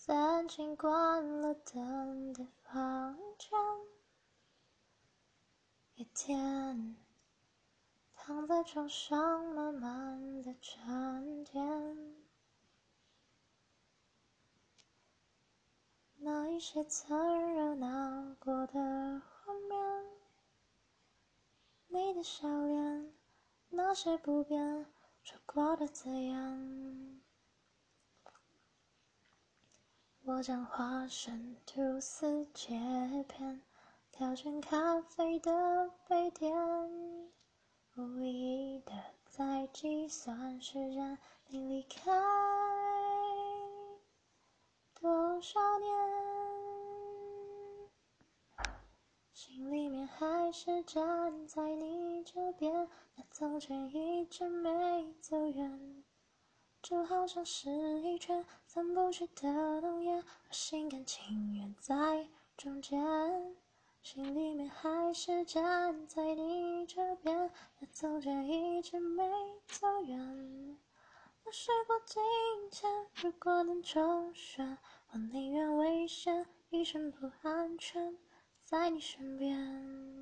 在尽关了灯的房间，一天躺在床上慢慢的沉淀，那一些曾热闹过的画面，你的笑脸，那些不变说过的字眼，我将花生吐司切片，调成咖啡的杯垫，无意的在计算时间，你离开多少年，心里面还是站在你这边，那从前一直没走远，就好像是一圈散不去的浓烟，而心甘情愿在中间，心里面还是站在你这边，那从前一直没走远。那时过境迁，如果能重选，我宁愿危险一生不安全，在你身边。